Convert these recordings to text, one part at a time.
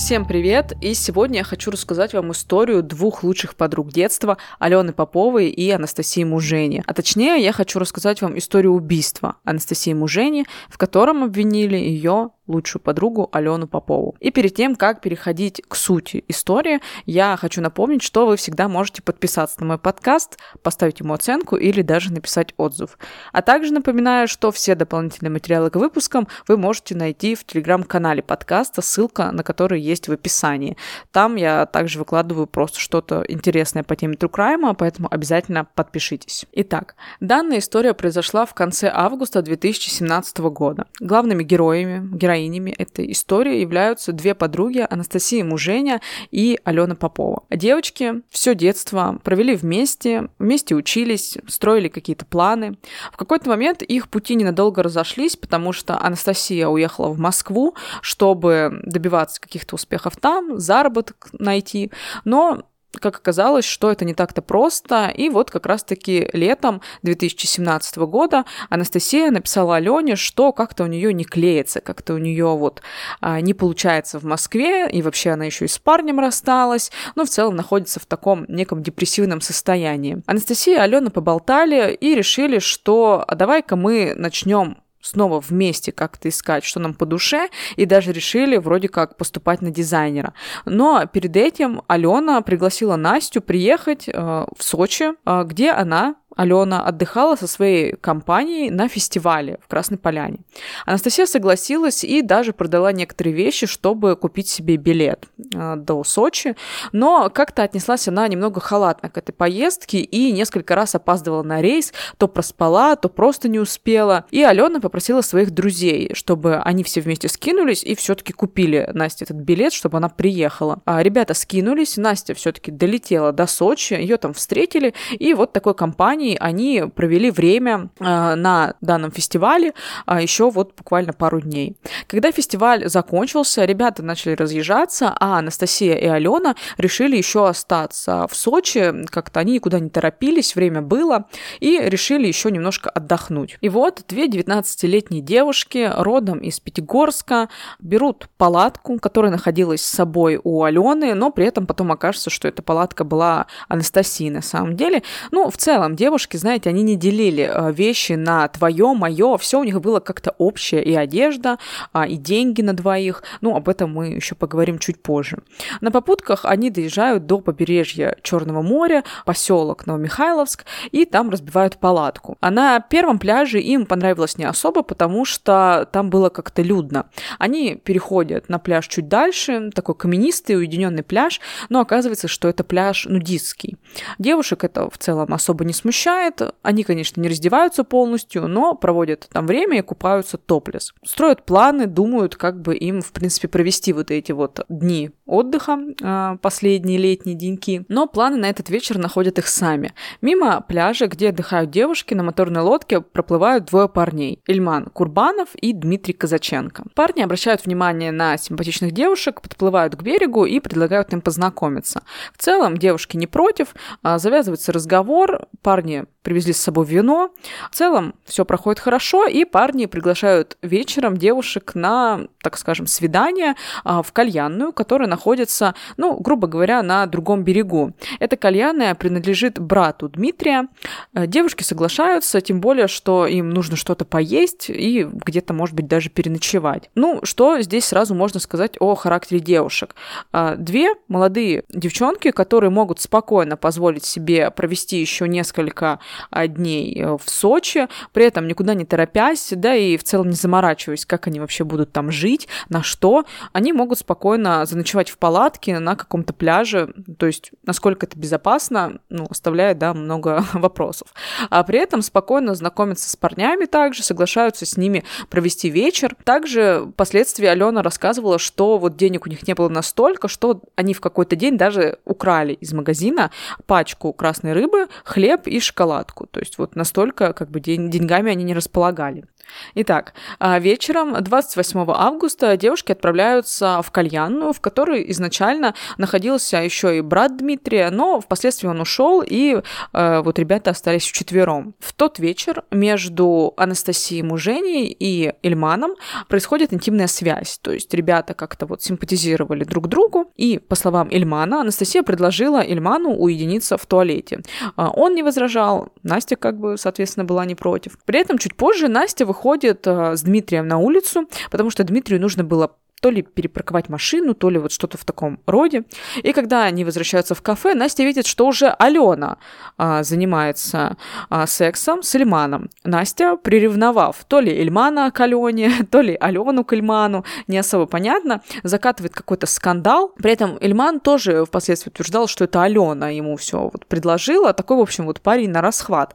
Всем привет! И сегодня я хочу рассказать вам историю двух лучших подруг детства Алены Поповой и Анастасии Мужени. А точнее, я хочу рассказать вам историю убийства Анастасии Мужени, в котором обвинили ее лучшую подругу Алену Попову. И перед тем, как переходить к сути истории, я хочу напомнить, что вы всегда можете подписаться на мой подкаст, поставить ему оценку или даже написать отзыв. А также напоминаю, что все дополнительные материалы к выпускам вы можете найти в телеграм-канале подкаста, ссылка на который есть в описании. Там я также выкладываю просто что-то интересное по теме True Crime, поэтому обязательно подпишитесь. Итак, данная история произошла в конце августа 2017 года. Главными героинями этой истории являются две подруги, Анастасия Муженя и Алена Попова. Девочки все детство провели вместе учились, строили какие-то планы. В какой-то момент их пути ненадолго разошлись, потому что Анастасия уехала в Москву, чтобы добиваться каких-то успехов там, заработок найти, но как оказалось, что это не так-то просто, и вот как раз-таки летом 2017 года Анастасия написала Алене, что как-то у нее не клеится, как-то у нее не получается в Москве, и вообще она еще и с парнем рассталась, но в целом находится в таком неком депрессивном состоянии. Анастасия и Алена поболтали и решили, что давай-ка мы начнем снова вместе как-то искать, что нам по душе, и даже решили вроде как поступать на дизайнера. Но перед этим Алена пригласила Настю приехать в Сочи, где Алена отдыхала со своей компанией на фестивале в Красной Поляне. Анастасия согласилась и даже продала некоторые вещи, чтобы купить себе билет до Сочи, но как-то отнеслась она немного халатно к этой поездке и несколько раз опаздывала на рейс, то проспала, то просто не успела. И Алена попросила своих друзей, чтобы они все вместе скинулись и все-таки купили Насте этот билет, чтобы она приехала. Ребята скинулись, Настя все-таки долетела до Сочи, ее там встретили, и вот такой компанией они провели время на данном фестивале еще буквально пару дней. Когда фестиваль закончился, ребята начали разъезжаться, а Анастасия и Алена решили еще остаться в Сочи. Как-то они никуда не торопились, время было, и решили еще немножко отдохнуть. И вот две 19-летние девушки родом из Пятигорска берут палатку, которая находилась с собой у Алены, но при этом потом окажется, что эта палатка была Анастасии на самом деле. В целом, девушки, знаете, они не делили вещи на твое, мое, все у них было как-то общее, и одежда, и деньги на двоих, об этом мы еще поговорим чуть позже. На попутках они доезжают до побережья Черного моря, поселок Новомихайловск, и там разбивают палатку. А на первом пляже им понравилось не особо, потому что там было как-то людно. Они переходят на пляж чуть дальше, такой каменистый, уединенный пляж, но оказывается, что это пляж нудистский. Девушек это в целом особо не смущает. Они, конечно, не раздеваются полностью, но проводят там время и купаются топлес. Строят планы, думают, как бы им, в принципе, провести эти дни отдыха, последние летние деньки. Но планы на этот вечер находят их сами. Мимо пляжа, где отдыхают девушки, на моторной лодке проплывают двое парней. Ильман Курбанов и Дмитрий Казаченко. Парни обращают внимание на симпатичных девушек, подплывают к берегу и предлагают им познакомиться. В целом, девушки не против, завязывается разговор, парни привезли с собой вино. В целом все проходит хорошо, и парни приглашают вечером девушек на, так скажем, свидание в кальянную, которая находится, грубо говоря, на другом берегу. Эта кальянная принадлежит брату Дмитрия. Девушки соглашаются, тем более, что им нужно что-то поесть и где-то, может быть, даже переночевать. Что здесь сразу можно сказать о характере девушек? Две молодые девчонки, которые могут спокойно позволить себе провести еще несколько дней в Сочи, при этом никуда не торопясь, да и в целом не заморачиваясь, как они вообще будут там жить, на что, они могут спокойно заночевать в палатке на каком-то пляже, то есть насколько это безопасно, оставляет, много вопросов. А при этом спокойно знакомятся с парнями также, соглашаются с ними провести вечер. Также впоследствии Алена рассказывала, что денег у них не было настолько, что они в какой-то день даже украли из магазина пачку красной рыбы, хлеб и шоколадку. То есть настолько деньгами они не располагали. Итак, вечером 28 августа девушки отправляются в кальянную, в которой изначально находился еще и брат Дмитрия, но впоследствии он ушел, и вот ребята остались вчетвером. В тот вечер между Анастасией Муженей и Ильманом происходит интимная связь, то есть ребята как-то вот симпатизировали друг другу, и, по словам Ильмана, Анастасия предложила Ильману уединиться в туалете. Он не возражал, Настя как бы, соответственно, была не против. При этом чуть позже Настя выходит с Дмитрием на улицу, потому что Дмитрию нужно было то ли перепарковать машину, то ли вот что-то в таком роде. И когда они возвращаются в кафе, Настя видит, что уже Алена занимается сексом с Ильманом. Настя, приревновав то ли Ильмана к Алене, то ли Алену к Ильману, не особо понятно, закатывает какой-то скандал. При этом Ильман тоже впоследствии утверждал, что это Алена ему все вот предложила. Такой, в общем, вот парень на расхват.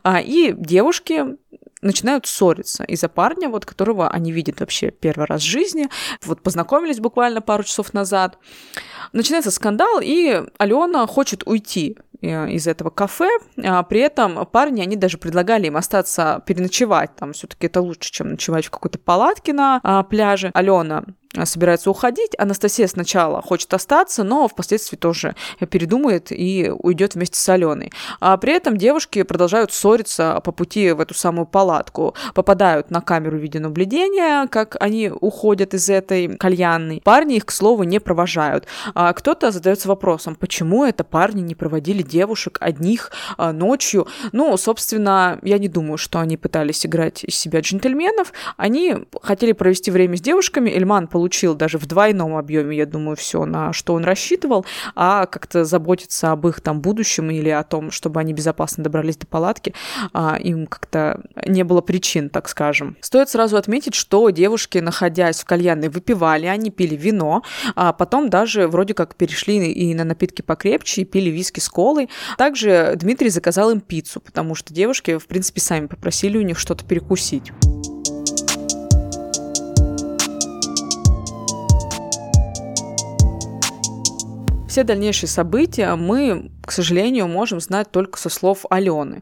И девушки начинают ссориться из-за парня, вот, которого они видят вообще первый раз в жизни. Вот познакомились буквально пару часов назад. Начинается скандал, и Алена хочет уйти из этого кафе. При этом парни, они даже предлагали им остаться переночевать. Там все-таки это лучше, чем ночевать в какой-то палатке на пляже. Алена собирается уходить. Анастасия сначала хочет остаться, но впоследствии тоже передумает и уйдет вместе с Аленой. При этом девушки продолжают ссориться по пути в эту самую палатку. Попадают на камеру видеонаблюдения, как они уходят из этой кальянной. Парни их, к слову, не провожают. Кто-то задается вопросом, почему это парни не проводили девушек одних ночью. Ну, собственно, я не думаю, что они пытались играть из себя джентльменов. Они хотели провести время с девушками. Ильман получил даже в двойном объеме, я думаю, все, на что он рассчитывал, а как-то заботиться об их там будущем или о том, чтобы они безопасно добрались до палатки, им как-то не было причин, так скажем. Стоит сразу отметить, что девушки, находясь в кальянной, выпивали, они пили вино, а потом даже вроде как перешли и на напитки покрепче, и пили виски с колой. Также Дмитрий заказал им пиццу, потому что девушки, в принципе, сами попросили у них что-то перекусить. Все дальнейшие события мы, к сожалению, можем знать только со слов Алены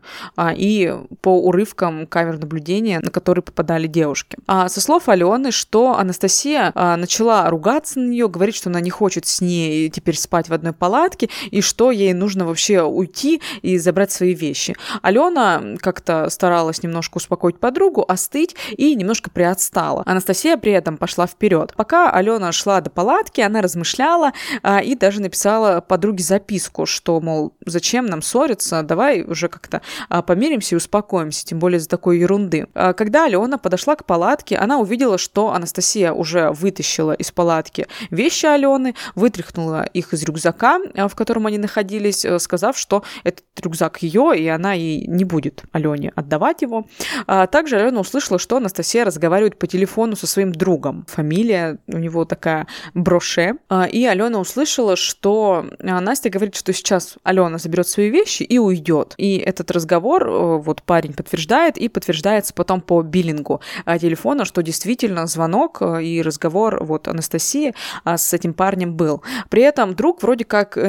и по урывкам камер наблюдения, на которые попадали девушки. Со слов Алены, что Анастасия начала ругаться на нее, говорить, что она не хочет с ней теперь спать в одной палатке и что ей нужно вообще уйти и забрать свои вещи. Алена как-то старалась немножко успокоить подругу, остыть и немножко приотстала. Анастасия при этом пошла вперед. Пока Алена шла до палатки, она размышляла и даже написала подруге записку, что, мол, зачем нам ссориться, давай уже как-то помиримся и успокоимся, тем более из-за такой ерунды. Когда Алена подошла к палатке, она увидела, что Анастасия уже вытащила из палатки вещи Алены, вытряхнула их из рюкзака, в котором они находились, сказав, что этот рюкзак ее, и она ей не будет Алене отдавать его. Также Алена услышала, что Анастасия разговаривает по телефону со своим другом. Фамилия у него такая Броше. И Алена услышала, что Настя говорит, что сейчас Алена заберет свои вещи и уйдет. И этот разговор вот парень подтверждает, и подтверждается потом по биллингу телефона, что действительно звонок и разговор вот Анастасии с этим парнем был. При этом друг вроде как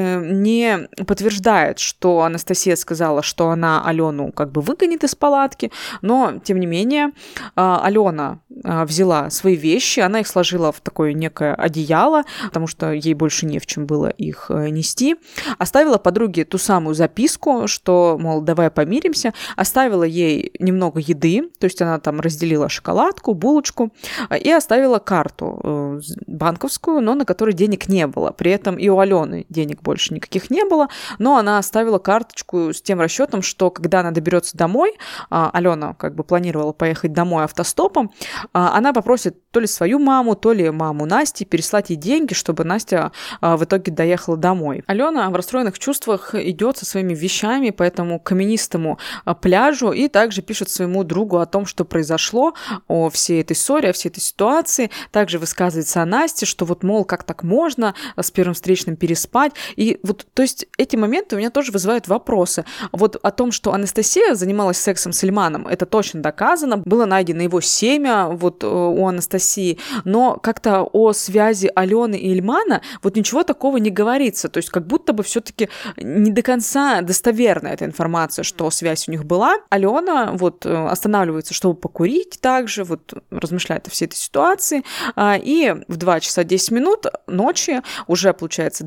не подтверждает, что Анастасия сказала, что она Алену как бы выгонит из палатки, но тем не менее Алена взяла свои вещи, она их сложила в такое некое одеяло, потому что ей больше не в чем было их нести. Оставила подруге ту самую записку, что, мол, давай помиримся. Оставила ей немного еды, то есть она там разделила шоколадку, булочку, и оставила карту банковскую, но на которой денег не было. При этом и у Алены денег больше никаких не было, но она оставила карточку с тем расчетом, что когда она доберется домой, Алена как бы планировала поехать домой автостопом, она попросит то ли свою маму, то ли маму Насти переслать ей деньги, чтобы Настя в итоге доехала домой. Алена в расстроенных чувствах идет со своими вещами по этому каменистому пляжу и также пишет своему другу о том, что произошло, о всей этой ссоре, о всей этой ситуации. Также высказывается о Насте, что вот, мол, как так можно с первым встречным переспать. И вот, то есть эти моменты у меня тоже вызывают вопросы. Вот о том, что Анастасия занималась сексом с Ильманом, это точно доказано. Было найдено его семя вот у Анастасии, но как-то о связи Алены и Ильмана вот ничего такого не говорится. То есть как будто бы все-таки не до конца достоверна эта информация, что связь у них была. Алена вот останавливается, чтобы покурить также, вот размышляет о всей этой ситуации, и в 2 часа 10 минут ночи, уже получается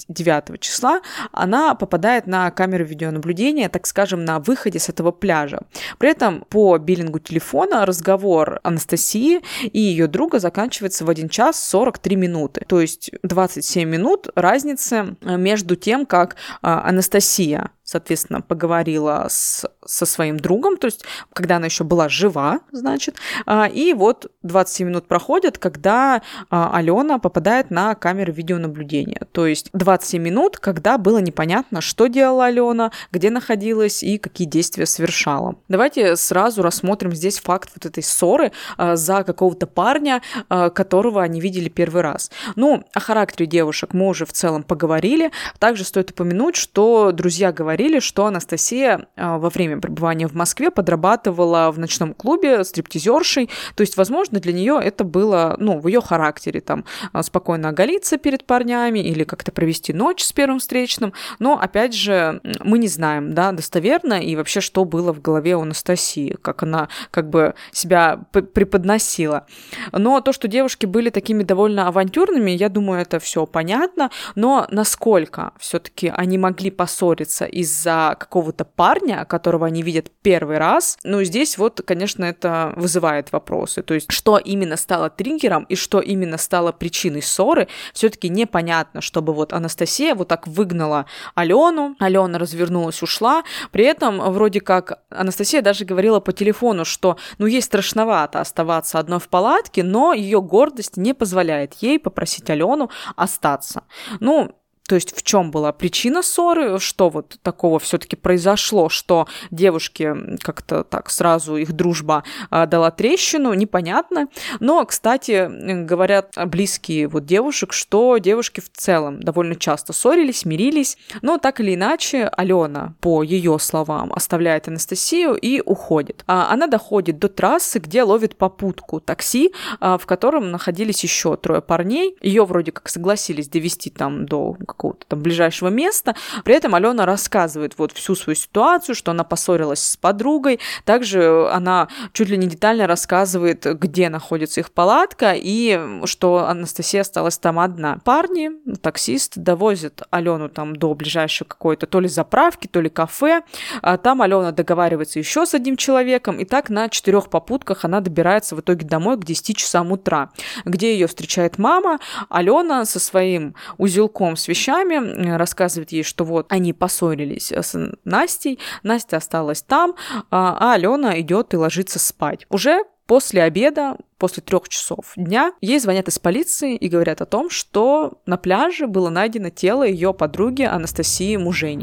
29 числа, она попадает на камеру видеонаблюдения, так скажем, на выходе с этого пляжа. При этом по биллингу телефона разговор Анастасии и ее друга заканчивается в 1 час 43 минуты. То есть 27 минут разницы между тем, как Анастасия, соответственно, поговорила со своим другом, то есть когда она еще была жива, значит, и вот 27 минут проходят, когда Алена попадает на камеру видеонаблюдения. То есть 27 минут, когда было непонятно, что делала Алена, где находилась и какие действия совершала. Давайте сразу рассмотрим здесь факт вот этой ссоры за какого-то парня, которого они видели первый раз. Ну, о характере девушек мы уже в целом поговорили. Также стоит упомянуть, что друзья говорили, что Анастасия во время пребывания в Москве подрабатывала в ночном клубе стриптизершей. То есть, возможно, для нее это было, в ее характере, там, спокойно оголиться перед парнями или как-то провести ночь с первым встречным. Но, опять же, мы не знаем, да, достоверно и вообще, что было в голове у Анастасии, как она как бы себя преподносила. Но то, что девушки были такими довольно авантюрными, я думаю, это все понятно. Но насколько все-таки они могли поссориться из-за какого-то парня, которого они видят первый раз, здесь вот, конечно, это вызывает вопросы. То есть, что именно стало триггером и что именно стало причиной ссоры, все-таки непонятно, чтобы вот Анастасия вот так выгнала Алену, Алена развернулась, ушла. При этом вроде как Анастасия даже говорила по телефону, что, ей страшновато оставаться одной в палатке, но ее гордость не позволяет ей попросить Алену остаться. То есть в чем была причина ссоры, что вот такого все-таки произошло, что девушки как-то так сразу их дружба дала трещину, непонятно. Но, кстати, говорят близкие вот девушек, что девушки в целом довольно часто ссорились, мирились, но так или иначе Алена, по ее словам, оставляет Анастасию и уходит. Она доходит до трассы, где ловит попутку такси, в котором находились еще 3 парней. Ее вроде как согласились довести там до какого-то там ближайшего места. При этом Алена рассказывает вот всю свою ситуацию, что она поссорилась с подругой. Также она чуть ли не детально рассказывает, где находится их палатка и что Анастасия осталась там одна. Парни, таксист, довозят Алену там до ближайшей какой-то то ли заправки, то ли кафе. Там Алена договаривается еще с одним человеком, и так на 4 попутках она добирается в итоге домой к 10 часам утра, где ее встречает мама. Алена со своим узелком с вещами рассказывает ей, что вот они поссорились с Настей, Настя осталась там, а Алена идет и ложится спать. Уже после обеда, после 3 часов дня, ей звонят из полиции и говорят о том, что на пляже было найдено тело ее подруги Анастасии Мужени.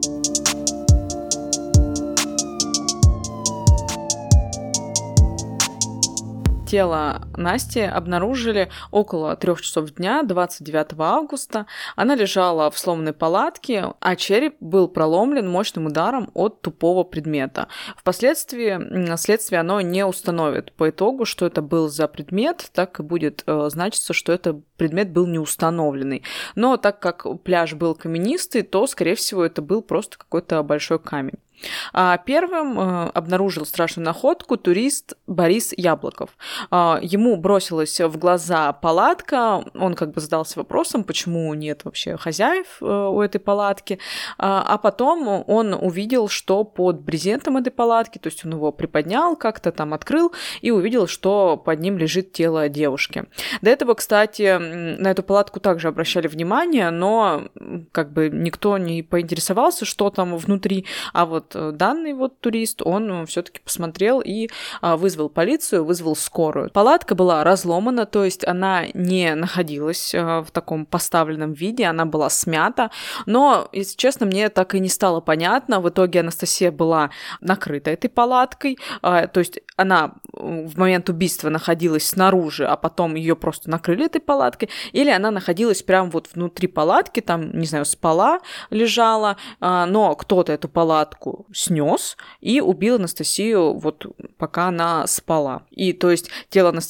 Тело Насти обнаружили около 3 часов дня, 29 августа. Она лежала в сломанной палатке, а череп был проломлен мощным ударом от тупого предмета. Впоследствии следствие оно не установит по итогу, что это был за предмет, так и будет значиться, что это предмет был неустановленный. Но так как пляж был каменистый, то, скорее всего, это был просто какой-то большой камень. Первым обнаружил страшную находку турист Борис Яблоков. Ему бросилась в глаза палатка, он как бы задался вопросом, почему нет вообще хозяев у этой палатки, а потом он увидел, что под брезентом этой палатки, то есть он его приподнял, как-то там открыл и увидел, что под ним лежит тело девушки. До этого, кстати, на эту палатку также обращали внимание, но как бы никто не поинтересовался, что там внутри, а вот данный вот турист, он все-таки посмотрел и вызвал полицию, вызвал скорую. Палатка была разломана, то есть она не находилась в таком поставленном виде, она была смята, но, если честно, мне так и не стало понятно. В итоге Анастасия была накрыта этой палаткой, то есть она в момент убийства находилась снаружи, а потом ее просто накрыли этой палаткой, или она находилась прямо вот внутри палатки, там, не знаю, спала, лежала, но кто-то эту палатку снес и убил Анастасию вот пока она спала. И то есть тело Анастасии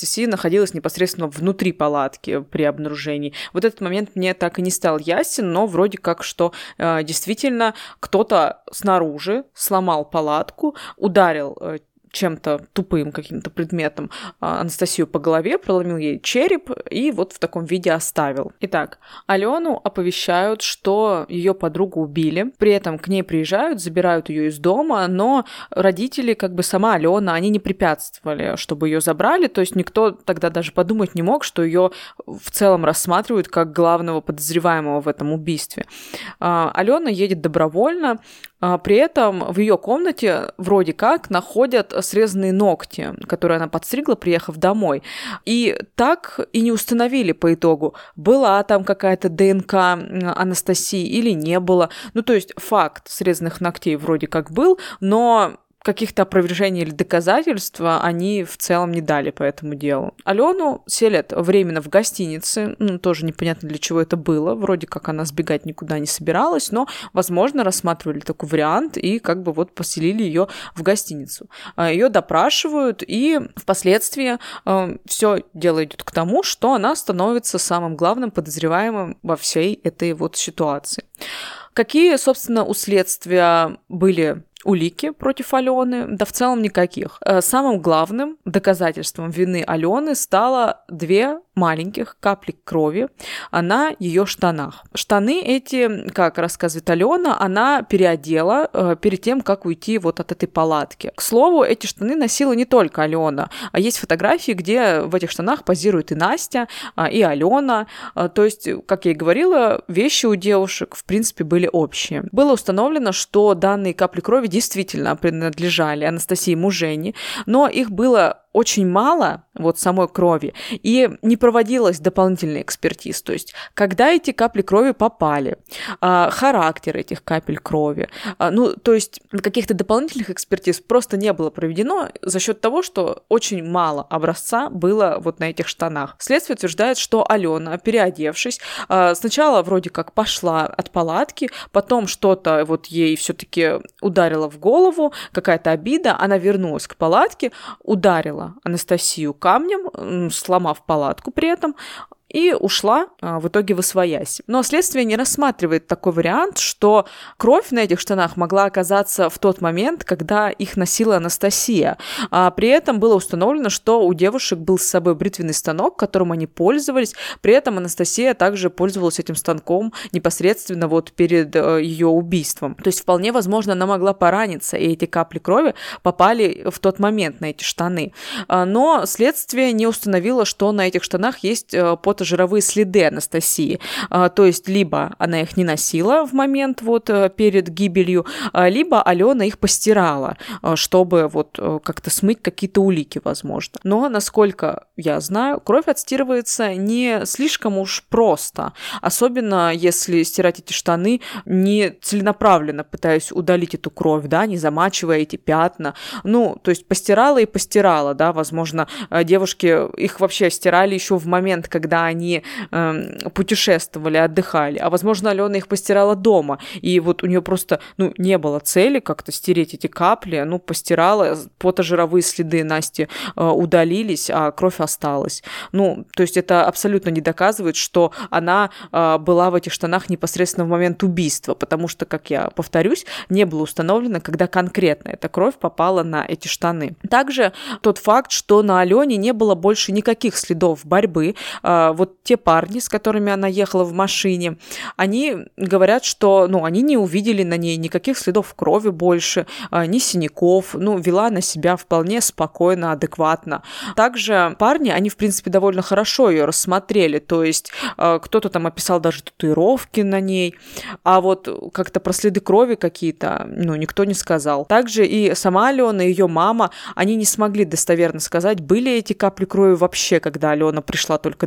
Анастасия находилась непосредственно внутри палатки при обнаружении. Вот этот момент мне так и не стал ясен, но вроде как, что действительно кто-то снаружи сломал палатку, ударил чем-то тупым каким-то предметом Анастасию по голове, проломил ей череп и вот в таком виде оставил. Итак, Алену оповещают, что ее подругу убили, при этом к ней приезжают, забирают ее из дома, но родители, как бы сама Алена, они не препятствовали, чтобы ее забрали, то есть никто тогда даже подумать не мог, что ее в целом рассматривают как главного подозреваемого в этом убийстве. Алена едет добровольно, при этом в ее комнате вроде как находят срезанные ногти, которые она подстригла, приехав домой. И так и не установили по итогу, была там какая-то ДНК Анастасии или не было. Ну, то есть факт срезанных ногтей вроде как был, но каких-то опровержений или доказательств они в целом не дали по этому делу. Алену селят временно в гостинице, тоже непонятно для чего это было, вроде как она сбегать никуда не собиралась, но, возможно, рассматривали такой вариант и как бы вот поселили ее в гостиницу. Ее допрашивают, и впоследствии все дело идет к тому, что она становится самым главным подозреваемым во всей этой вот ситуации. Какие, собственно, у следствия были улики против Алены? Да в целом никаких. Самым главным доказательством вины Алены стало 2 маленьких капли крови на ее штанах. Штаны эти, как рассказывает Алена, она переодела перед тем, как уйти вот от этой палатки. К слову, эти штаны носила не только Алена, а есть фотографии, где в этих штанах позируют и Настя, и Алена. То есть, как я и говорила, вещи у девушек, в принципе, были общие. Было установлено, что данные капли крови действительно принадлежали Анастасии Мужени, но их было очень мало, вот самой крови, и не проводилась дополнительная экспертиза. То есть, когда эти капли крови попали, характер этих капель крови, то есть каких-то дополнительных экспертиз просто не было проведено за счет того, что очень мало образца было вот на этих штанах. Следствие утверждает, что Алена, переодевшись, сначала вроде как пошла от палатки, потом что-то вот ей все-таки ударило в голову, какая-то обида, она вернулась к палатке, ударила Анастасию камнем, сломав палатку при этом, и ушла в итоге восвоясь. Но следствие не рассматривает такой вариант, что кровь на этих штанах могла оказаться в тот момент, когда их носила Анастасия. При этом было установлено, что у девушек был с собой бритвенный станок, которым они пользовались. При этом Анастасия также пользовалась этим станком непосредственно вот перед ее убийством. То есть вполне возможно, она могла пораниться, и эти капли крови попали в тот момент на эти штаны. Но следствие не установило, что на этих штанах есть жировые следы Анастасии. То есть либо она их не носила в момент вот перед гибелью, либо Алена их постирала, чтобы вот как-то смыть какие-то улики, возможно. Но, насколько я знаю, кровь отстирывается не слишком уж просто, особенно если стирать эти штаны не целенаправленно, пытаясь удалить эту кровь, да, не замачивая эти пятна. То есть постирала и постирала, да, возможно, девушки их вообще стирали еще в момент, когда они путешествовали, отдыхали, а возможно, Алена их постирала дома, и вот у нее просто, не было цели как-то стереть эти капли, постирала, потожировые следы Насти удалились, а кровь осталась. То есть это абсолютно не доказывает, что она была в этих штанах непосредственно в момент убийства, потому что, как я повторюсь, не было установлено, когда конкретно эта кровь попала на эти штаны. Также тот факт, что на Алене не было больше никаких следов борьбы. Вот те парни, с которыми она ехала в машине, они говорят, что, они не увидели на ней никаких следов крови больше, ни синяков, вела она себя вполне спокойно, адекватно. Также парни, они, в принципе, довольно хорошо ее рассмотрели, то есть кто-то там описал даже татуировки на ней, а вот как-то про следы крови какие-то, никто не сказал. Также и сама Алена, и ее мама, они не смогли достоверно сказать, были эти капли крови вообще, когда Алена пришла только домой или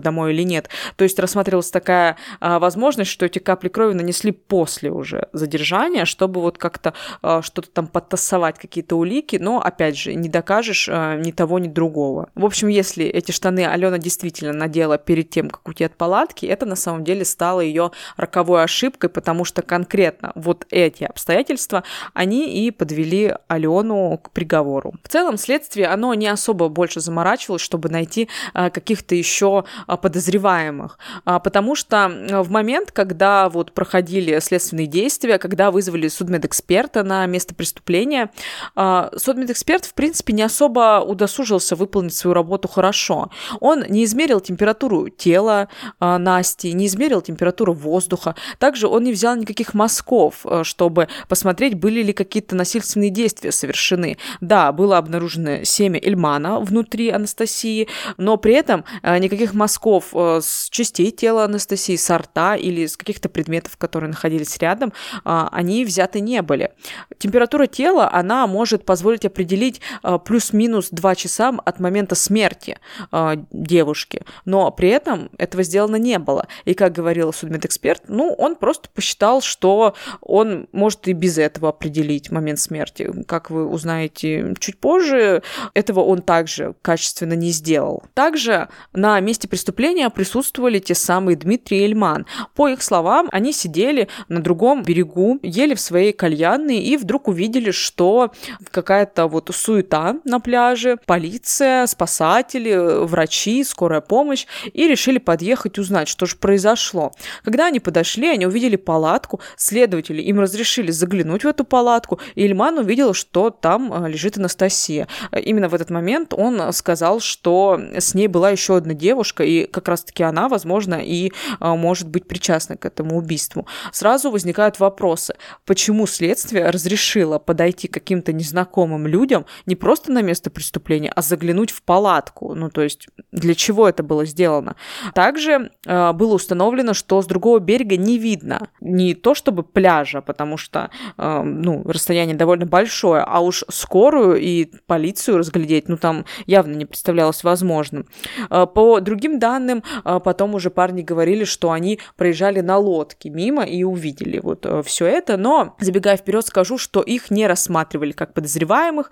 или нет. То есть рассматривалась такая возможность, что эти капли крови нанесли после уже задержания, чтобы вот как-то что-то там подтасовать, какие-то улики, но, опять же, не докажешь ни того, ни другого. В общем, если эти штаны Алена действительно надела перед тем, как уйти от палатки, это на самом деле стало ее роковой ошибкой, потому что конкретно вот эти обстоятельства, они и подвели Алену к приговору. В целом, следствие, оно не особо больше заморачивалось, чтобы найти каких-то еще подозреваемых, потому что в момент, когда вот проходили следственные действия, когда вызвали судмедэксперта на место преступления, судмедэксперт, в принципе, не особо удосужился выполнить свою работу хорошо. Он не измерил температуру тела Насти, не измерил температуру воздуха. Также он не взял никаких мазков, чтобы посмотреть, были ли какие-то насильственные действия совершены. Да, было обнаружено семя Эльмана внутри Анастасии, но при этом никаких мазков с частей тела Анастасии, с рта или с каких-то предметов, которые находились рядом, они взяты не были. Температура тела, она может позволить определить плюс-минус 2 часа от момента смерти девушки, но при этом этого сделано не было. И, как говорил судмедэксперт, он просто посчитал, что он может и без этого определить момент смерти. Как вы узнаете чуть позже, этого он также качественно не сделал. Также на месте преступления присутствовали те самые Дмитрий и Эльман. По их словам, они сидели на другом берегу, ели в своей кальянной и вдруг увидели, что какая-то вот суета на пляже, полиция, спасатели, врачи, скорая помощь, и решили подъехать узнать, что же произошло. Когда они подошли, они увидели палатку, следователи им разрешили заглянуть в эту палатку, и Эльман увидел, что там лежит Анастасия. Именно в этот момент он сказал, что с ней была еще одна девушка, и как раз-таки она, возможно, и может быть причастна к этому убийству. Сразу возникают вопросы, почему следствие разрешило подойти к каким-то незнакомым людям не просто на место преступления, а заглянуть в палатку. То есть для чего это было сделано? Также было установлено, что с другого берега не видно не то чтобы пляжа, потому что расстояние довольно большое, а уж скорую и полицию разглядеть, там явно не представлялось возможным. По другим данным, потом уже парни говорили, что они проезжали на лодке мимо и увидели вот все это, но, забегая вперед, скажу, что их не рассматривали как подозреваемых,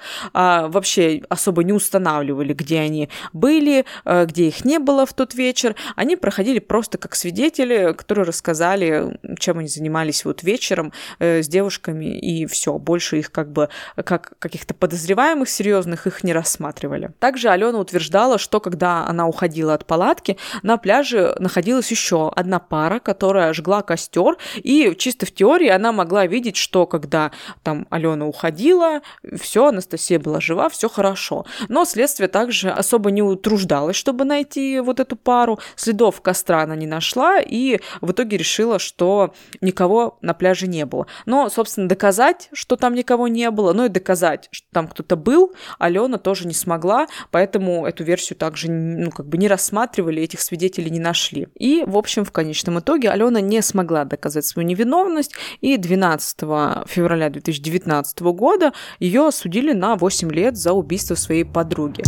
вообще особо не устанавливали, где они были, где их не было в тот вечер. Они проходили просто как свидетели, которые рассказали, чем они занимались вот вечером с девушками, и все, больше их как каких-то подозреваемых серьезных их не рассматривали. Также Алена утверждала, что когда она уходила от палатки, на пляже находилась еще одна пара, которая жгла костер, и чисто в теории она могла видеть, что когда там Алена уходила, все, Анастасия была жива, все хорошо. Но следствие также особо не утруждалось, чтобы найти вот эту пару. Следов костра она не нашла, и в итоге решила, что никого на пляже не было. Но, собственно, доказать, что там никого не было, и доказать, что там кто-то был, Алена тоже не смогла, поэтому эту версию также не рассматривали, этих свидетелей не нашли. И, в общем, в конечном итоге Алена не смогла доказать свою невиновность, и 12 февраля 2019 года ее осудили на 8 лет за убийство своей подруги.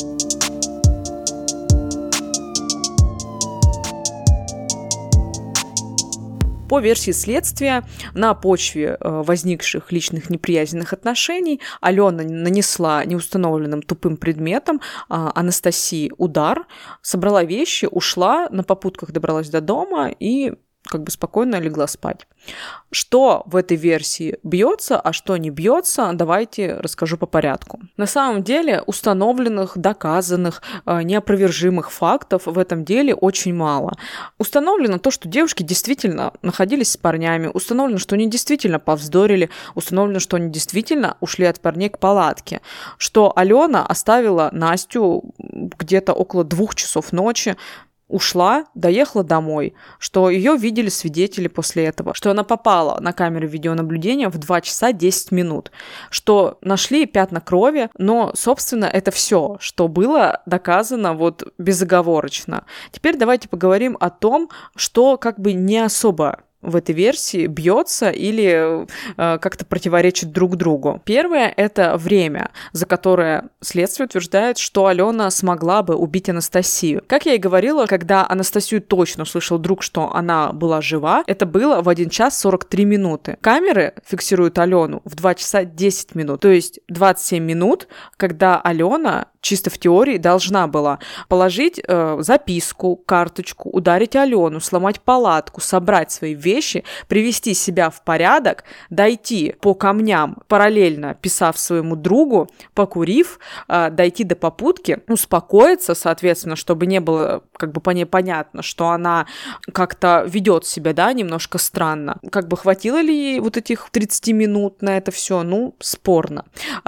По версии следствия, на почве возникших личных неприязненных отношений Алена нанесла неустановленным тупым предметом Анастасии удар, собрала вещи, ушла, на попутках добралась до дома и спокойно легла спать. Что в этой версии бьется, а что не бьется, давайте расскажу по порядку. На самом деле установленных, доказанных, неопровержимых фактов в этом деле очень мало. Установлено то, что девушки действительно находились с парнями, установлено, что они действительно повздорили, установлено, что они действительно ушли от парней к палатке, что Алена оставила Настю где-то около 2 часов ночи, ушла, доехала домой, что ее видели свидетели после этого, что она попала на камеры видеонаблюдения в 2 часа 10 минут, что нашли пятна крови, но, собственно, это все, что было доказано безоговорочно. Теперь давайте поговорим о том, что не особо в этой версии бьется или как-то противоречит друг другу. Первое – это время, за которое следствие утверждает, что Алена смогла бы убить Анастасию. Как я и говорила, когда Анастасию точно услышал друг, что она была жива, это было в 1 час 43 минуты. Камеры фиксируют Алену в 2 часа 10 минут, то есть 27 минут, когда Алена чисто в теории должна была положить записку, карточку, ударить Алену, сломать палатку, собрать свои вещи, привести себя в порядок, дойти по камням, параллельно писав своему другу, покурив, дойти до попутки, успокоиться, соответственно, чтобы не было как бы по ней понятно, что она как-то ведет себя, да, немножко странно. Как бы хватило ли ей вот этих 30 минут на это все? Ну, спорно.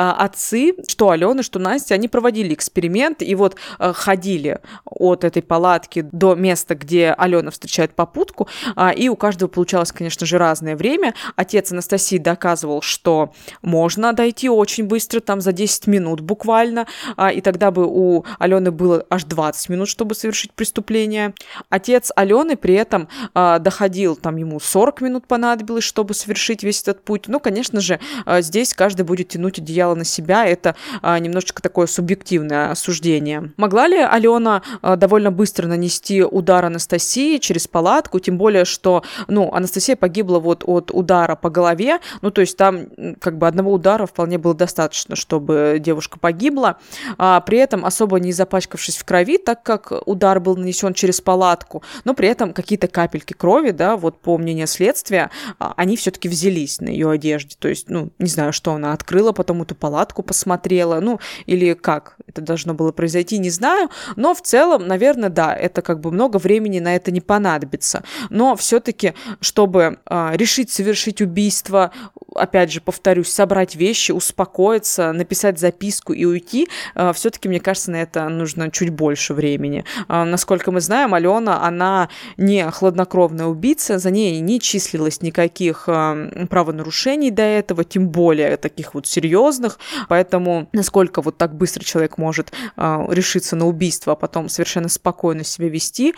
Отцы, что Алены, что Настя, они проводили эксперимент и вот ходили от этой палатки до места, где Алена встречает попутку, и у каждого получалось, конечно же, разное время. Отец Анастасии доказывал, что можно дойти очень быстро, там за 10 минут буквально, и тогда бы у Алены было аж 20 минут, чтобы совершить преступление. Отец Алены при этом доходил, там ему 40 минут понадобилось, чтобы совершить весь этот путь. Ну, конечно же, здесь каждый будет тянуть одеяло на себя, это немножечко такое субъективное осуждение. Могла ли Алена довольно быстро нанести удар Анастасии через палатку, тем более, что, Анастасия погибла вот от удара по голове, то есть там как бы одного удара вполне было достаточно, чтобы девушка погибла, при этом особо не запачкавшись в крови, так как удар был нанесен через палатку, но при этом какие-то капельки крови, да, вот по мнению следствия, они все-таки взялись на ее одежде, то есть, не знаю, что она открыла, потом эту палатку посмотрела, или как это должно было произойти, не знаю, но в целом, наверное, да, это как бы много времени на это не понадобится, но все-таки, чтобы решить совершить убийство, опять же, повторюсь, собрать вещи, успокоиться, написать записку и уйти, все-таки, мне кажется, на это нужно чуть больше времени. Насколько мы знаем, Алена, она не хладнокровная убийца, за ней не числилось никаких правонарушений до этого, тем более таких вот серьезных, поэтому насколько вот так быстро человек может решиться на убийство, а потом совершенно спокойно себя вести,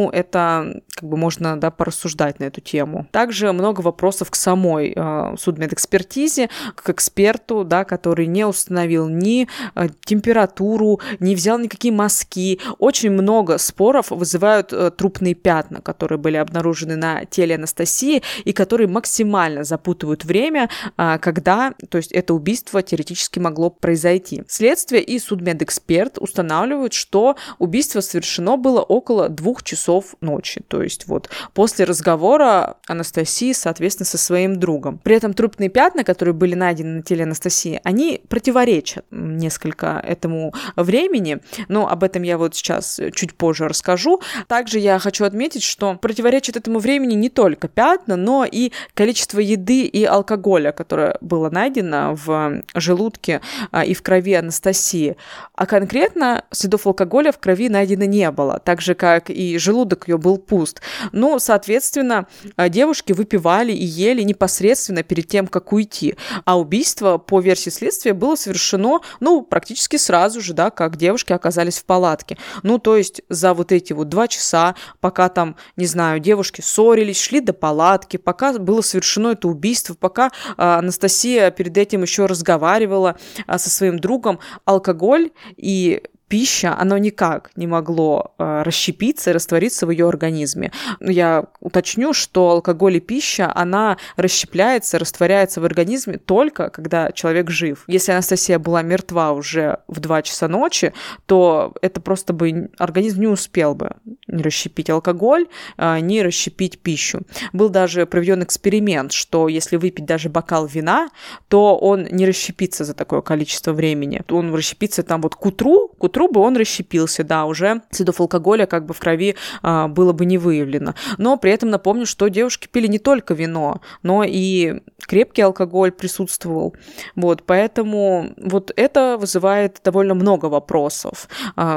это как бы можно, да, порассуждать на эту тему. Также много вопросов к самой судмедэкспертизе, к эксперту, да, который не установил ни температуру, не взял никакие мазки. Очень много споров вызывают трупные пятна, которые были обнаружены на теле Анастасии и которые максимально запутывают время, когда, то есть это убийство теоретически могло произойти. Следствие и судмедэксперт устанавливают, что убийство совершено было около 2 часов ночи, то есть вот после разговора Анастасии, соответственно, со своим другом. При этом трупные пятна, которые были найдены на теле Анастасии, они противоречат несколько этому времени, но об этом я вот сейчас чуть позже расскажу. Также я хочу отметить, что противоречит этому времени не только пятна, но и количество еды и алкоголя, которое было найдено в желудке и в крови Анастасии. А конкретно следов алкоголя в крови найдено не было, так же, как и желудок ее был пуст. Но, соответственно, девушки выпивали и ели непосредственно перед тем, как уйти. А убийство, по версии следствия, было совершено, практически сразу же, да, как девушки оказались в палатке. То есть за вот эти вот 2 часа, пока там, не знаю, девушки ссорились, шли до палатки, пока было совершено это убийство, пока Анастасия перед этим еще разговаривала со своим другом, алкоголь и пища, оно никак не могло расщепиться и раствориться в ее организме. Я уточню, что алкоголь и пища, она расщепляется, растворяется в организме только когда человек жив. Если Анастасия была мертва уже в 2 часа ночи, то это просто бы организм не успел бы не расщепить алкоголь, не расщепить пищу. Был даже проведен эксперимент, что если выпить даже бокал вина, то он не расщепится за такое количество времени. Он расщепится там вот к утру бы он расщепился, да, уже следов алкоголя как бы в крови было бы не выявлено. Но при этом напомню, что девушки пили не только вино, но и крепкий алкоголь присутствовал. Вот, поэтому вот это вызывает довольно много вопросов,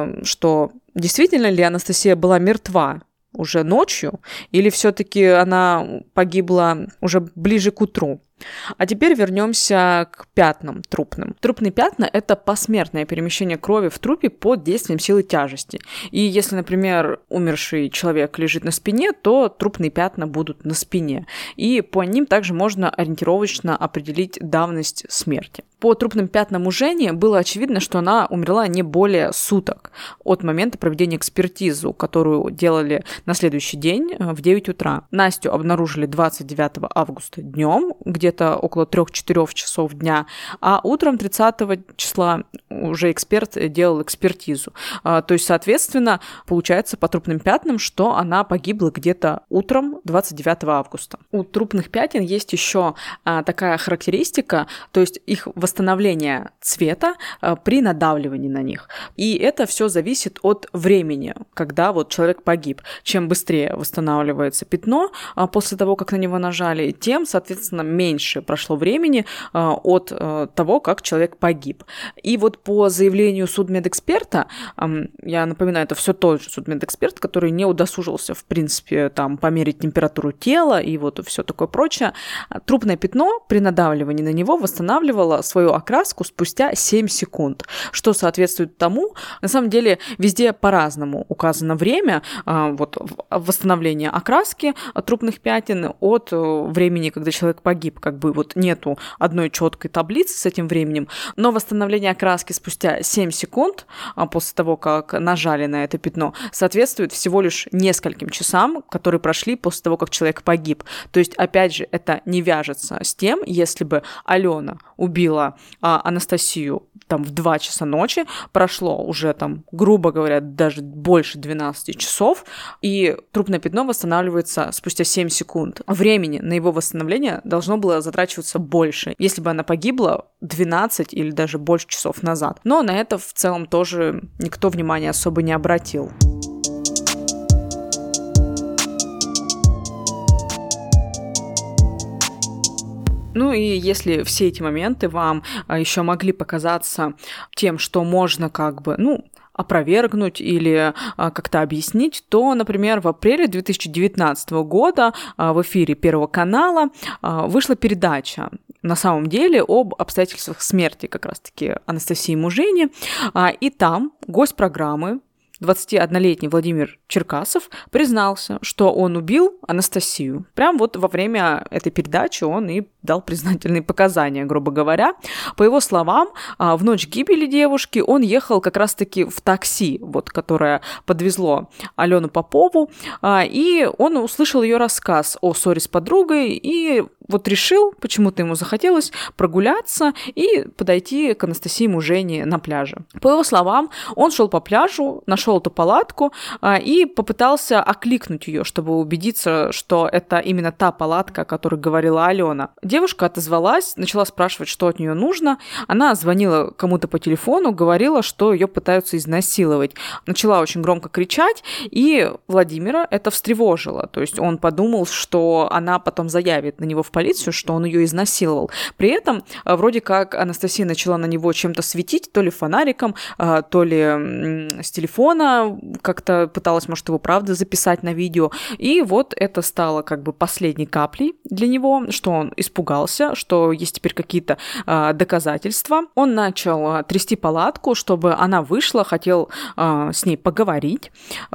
что действительно ли Анастасия была мертва уже ночью, или все-таки она погибла уже ближе к утру. А теперь вернемся к пятнам трупным. Трупные пятна – это посмертное перемещение крови в трупе под действием силы тяжести. И если, например, умерший человек лежит на спине, то трупные пятна будут на спине. И по ним также можно ориентировочно определить давность смерти. По трупным пятнам у Жени было очевидно, что она умерла не более суток от момента проведения экспертизы, которую делали на следующий день в 9 утра. Настю обнаружили 29 августа днем, где-то около 3-4 часов дня, а утром 30 числа уже эксперт делал экспертизу. То есть, соответственно, получается по трупным пятнам, что она погибла где-то утром 29 августа. У трупных пятен есть еще такая характеристика, то есть их восстановление цвета при надавливании на них. И это все зависит от времени, когда вот человек погиб. Чем быстрее восстанавливается пятно после того, как на него нажали, тем, соответственно, меньше прошло времени от того, как человек погиб. И вот по заявлению судмедэксперта, я напоминаю, это все тот же судмедэксперт, который не удосужился, в принципе, там, померить температуру тела и вот все такое прочее, трупное пятно при надавливании на него восстанавливало свою окраску спустя 7 секунд, что соответствует тому, на самом деле, везде по-разному указано время вот, восстановления окраски трупных пятен от времени, когда человек погиб. Как бы вот нету одной четкой таблицы с этим временем, но восстановление окраски спустя 7 секунд после того, как нажали на это пятно, соответствует всего лишь нескольким часам, которые прошли после того, как человек погиб. То есть, опять же, это не вяжется с тем, если бы Алена убила Анастасию там в 2 часа ночи, прошло уже там, грубо говоря, даже больше 12 часов, и трупное пятно восстанавливается спустя 7 секунд. Времени на его восстановление должно было затрачиваться больше, если бы она погибла 12 или даже больше часов назад. Но на это в целом тоже никто внимания особо не обратил. Ну и если все эти моменты вам еще могли показаться тем, что можно как бы, опровергнуть или как-то объяснить, то, например, в апреле 2019 года в эфире Первого канала вышла передача на самом деле об обстоятельствах смерти как раз-таки Анастасии Мужени, и там гость программы, 21-летний Владимир Черкасов, признался, что он убил Анастасию. Прям вот во время этой передачи он и дал признательные показания, грубо говоря. По его словам, в ночь гибели девушки он ехал как раз-таки в такси, вот, которое подвезло Алену Попову, и он услышал ее рассказ о ссоре с подругой и вот решил, почему-то ему захотелось прогуляться и подойти к Анастасии Мужени на пляже. По его словам, он шел по пляжу, нашел эту палатку и попытался окликнуть ее, чтобы убедиться, что это именно та палатка, о которой говорила Алена. Девушка отозвалась, начала спрашивать, что от нее нужно. Она звонила кому-то по телефону, говорила, что ее пытаются изнасиловать. Начала очень громко кричать, и Владимира это встревожило. То есть он подумал, что она потом заявит на него в полицию, что он ее изнасиловал. При этом вроде как Анастасия начала на него чем-то светить, то ли фонариком, то ли с телефона, как-то пыталась, может, его правда записать на видео. И вот это стало как бы последней каплей для него, что он испугался, что есть теперь какие-то доказательства. Он начал трясти палатку, чтобы она вышла, хотел с ней поговорить,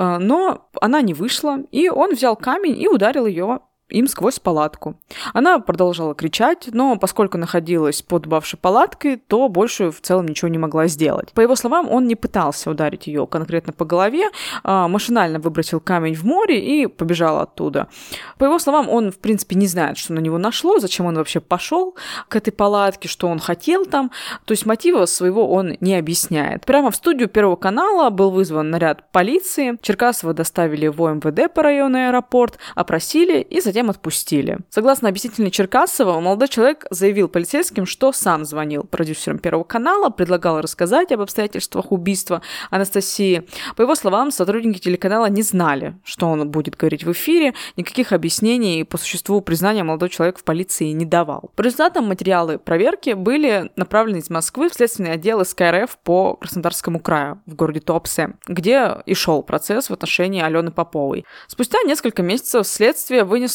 но она не вышла, и он взял камень и ударил ее им сквозь палатку. Она продолжала кричать, но поскольку находилась под бывшей палаткой, то больше в целом ничего не могла сделать. По его словам, он не пытался ударить ее конкретно по голове, машинально выбросил камень в море и побежал оттуда. По его словам, он, в принципе, не знает, что на него нашло, зачем он вообще пошел к этой палатке, что он хотел там. То есть мотива своего он не объясняет. Прямо в студию Первого канала был вызван наряд полиции. Черкасова доставили в МВД по району аэропорт, опросили и затем отпустили. Согласно объяснительной Черкасова, молодой человек заявил полицейским, что сам звонил продюсерам Первого канала, предлагал рассказать об обстоятельствах убийства Анастасии. По его словам, сотрудники телеканала не знали, что он будет говорить в эфире, никаких объяснений по существу признания молодой человек в полиции не давал. По результатам материалы проверки были направлены из Москвы в следственный отдел СК РФ по Краснодарскому краю в городе Туапсе, где и шел процесс в отношении Алены Поповой. Спустя несколько месяцев следствие вынесло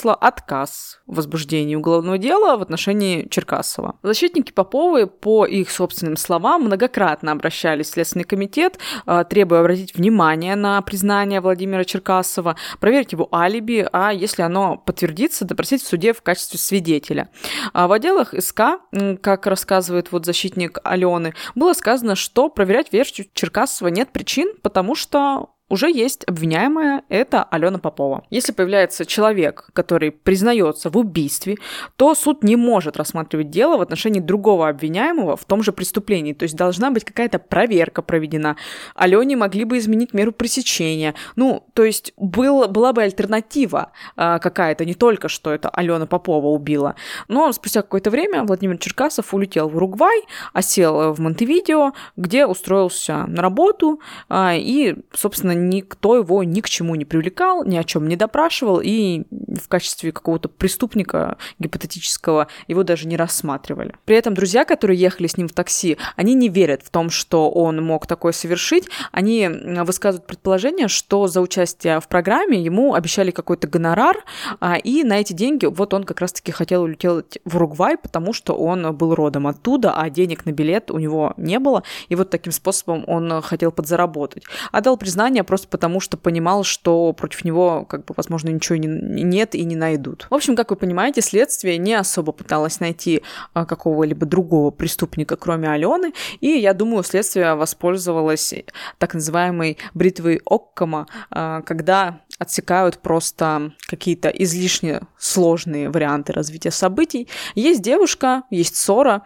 вынесла отказ в возбуждении уголовного дела в отношении Черкасова. Защитники Поповой, по их собственным словам, многократно обращались в Следственный комитет, требуя обратить внимание на признание Владимира Черкасова, проверить его алиби, а если оно подтвердится, допросить в суде в качестве свидетеля. В отделах СК, как рассказывает защитник Алены, было сказано, что проверять версию Черкасова нет причин, потому что уже есть обвиняемая, это Алена Попова. Если появляется человек, который признается в убийстве, то суд не может рассматривать дело в отношении другого обвиняемого в том же преступлении. То есть должна быть какая-то проверка проведена. Алене могли бы изменить меру пресечения. То есть была бы альтернатива какая-то, не только что это Алена Попова убила. Но спустя какое-то время Владимир Черкасов улетел в Уругвай, осел в Монтевидео, где устроился на работу и, собственно, никто его ни к чему не привлекал, ни о чем не допрашивал, и в качестве какого-то преступника гипотетического его даже не рассматривали. При этом друзья, которые ехали с ним в такси, они не верят в том, что он мог такое совершить. Они высказывают предположение, что за участие в программе ему обещали какой-то гонорар, и на эти деньги он как раз-таки хотел улететь в Уругвай, потому что он был родом оттуда, а денег на билет у него не было, и таким способом он хотел подзаработать. Отдал признание просто потому, что понимал, что против него, возможно, ничего нет и не найдут. В общем, как вы понимаете, следствие не особо пыталось найти какого-либо другого преступника, кроме Алены, и, я думаю, следствие воспользовалось так называемой бритвой Оккама, когда отсекают просто какие-то излишне сложные варианты развития событий. Есть девушка, есть ссора,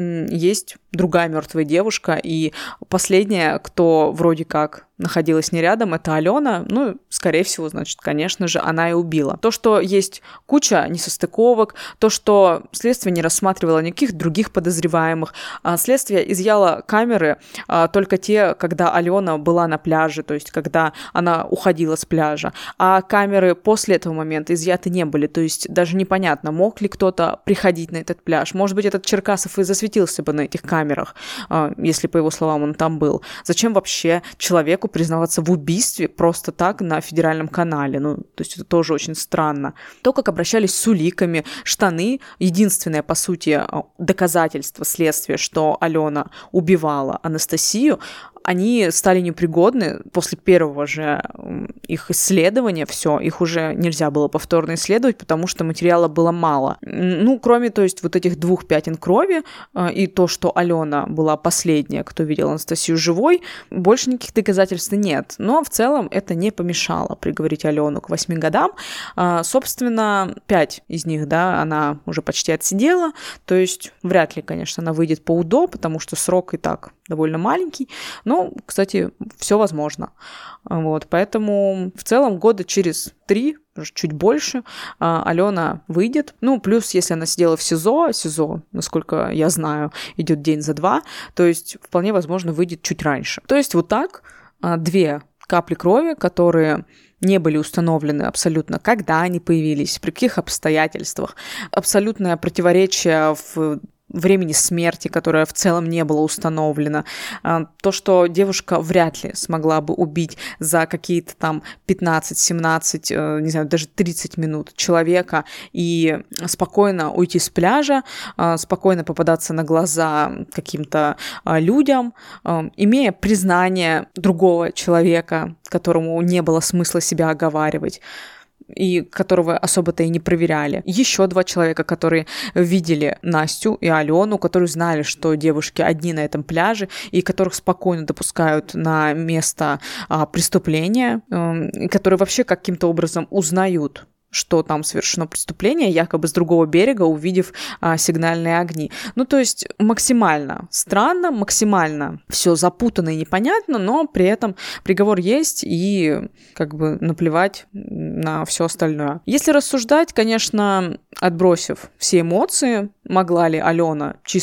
есть другая мертвая девушка, и последняя, кто вроде как находилась не рядом, это Алена. Скорее всего, конечно же, она и убила. То, что есть куча несостыковок, то, что следствие не рассматривало никаких других подозреваемых, следствие изъяло камеры только те, когда Алена была на пляже, то есть когда она уходила с пляжа, а камеры после этого момента изъяты не были, то есть даже непонятно, мог ли кто-то приходить на этот пляж. Может быть, этот Черкасов и засветился бы на этих камерах, если, по его словам, он там был. Зачем вообще человеку признаваться в убийстве просто так на федеральном канале? То есть это тоже очень странно. То, как обращались с уликами, штаны, единственное, по сути, доказательство следствия, что Алена убивала Анастасию, они стали непригодны после первого же их исследования, все, их уже нельзя было повторно исследовать, потому что материала было мало. Кроме, этих 2 пятен крови и то, что Алена была последняя, кто видел Анастасию живой, больше никаких доказательств нет. Но в целом это не помешало приговорить Алену к 8 годам. Собственно, 5 из них, она уже почти отсидела, то есть вряд ли, конечно, она выйдет по УДО, потому что срок и так довольно маленький, но, кстати, все возможно. Поэтому в целом года через 3, чуть больше, Алена выйдет. Плюс, если она сидела в СИЗО, насколько я знаю, идет день за 2, то есть вполне возможно выйдет чуть раньше. То есть так 2 капли крови, которые не были установлены абсолютно, когда они появились, при каких обстоятельствах, абсолютное противоречие в времени смерти, которое в целом не было установлено. То, что девушка вряд ли смогла бы убить за какие-то там 15-17, не знаю, даже 30 минут человека и спокойно уйти с пляжа, спокойно попадаться на глаза каким-то людям, имея признание другого человека, которому не было смысла себя оговаривать, и которого особо-то и не проверяли. Еще 2 человека, которые видели Настю и Алену, которые знали, что девушки одни на этом пляже, и которых спокойно допускают на место преступления, и которые вообще каким-то образом узнают, что там совершено преступление, якобы с другого берега, увидев сигнальные огни. То есть максимально странно, максимально все запутанно и непонятно, но при этом приговор есть, и наплевать на все остальное. Если рассуждать, конечно, отбросив все эмоции, могла ли Алена чисто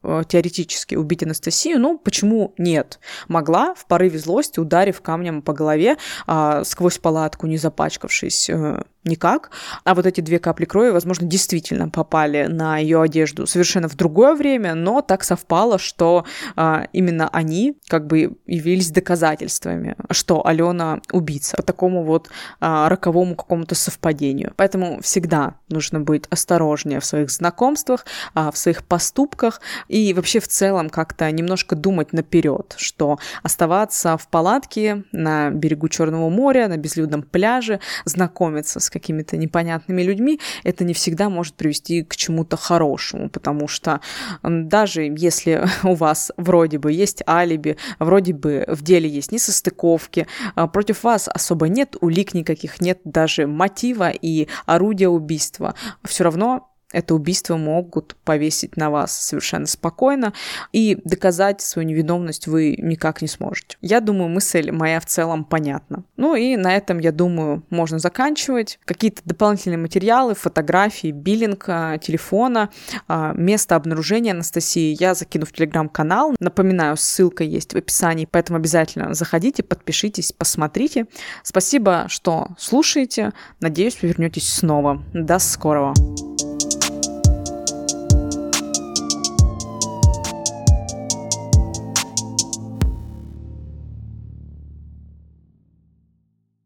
теоретически убить Анастасию, ну, почему нет? Могла в порыве злости, ударив камнем по голове, сквозь палатку, не запачкавшись никак. А вот эти 2 капли крови, возможно, действительно попали на ее одежду совершенно в другое время, но так совпало, что именно они как бы явились доказательствами, что Алена убийца, по такому вот роковому какому-то совпадению. Поэтому всегда нужно быть осторожнее в своих знакомствах, в своих поступках и вообще в целом как-то немножко думать наперед, что оставаться в палатке на берегу Черного моря, на безлюдном пляже, знакомиться с какими-то непонятными людьми, это не всегда может привести к чему-то хорошему, потому что даже если у вас вроде бы есть алиби, вроде бы в деле есть несостыковки, против вас особо нет улик никаких, нет даже мотива и орудия убийства, все равно это убийство могут повесить на вас совершенно спокойно, и доказать свою невиновность вы никак не сможете. Я думаю, мысль моя в целом понятна. Ну и на этом, я думаю, можно заканчивать. Какие-то дополнительные материалы, фотографии, биллинг телефона, место обнаружения Анастасии я закину в Телеграм-канал. Напоминаю, ссылка есть в описании, поэтому обязательно заходите, подпишитесь, посмотрите. Спасибо, что слушаете. Надеюсь, вы вернетесь снова. До скорого.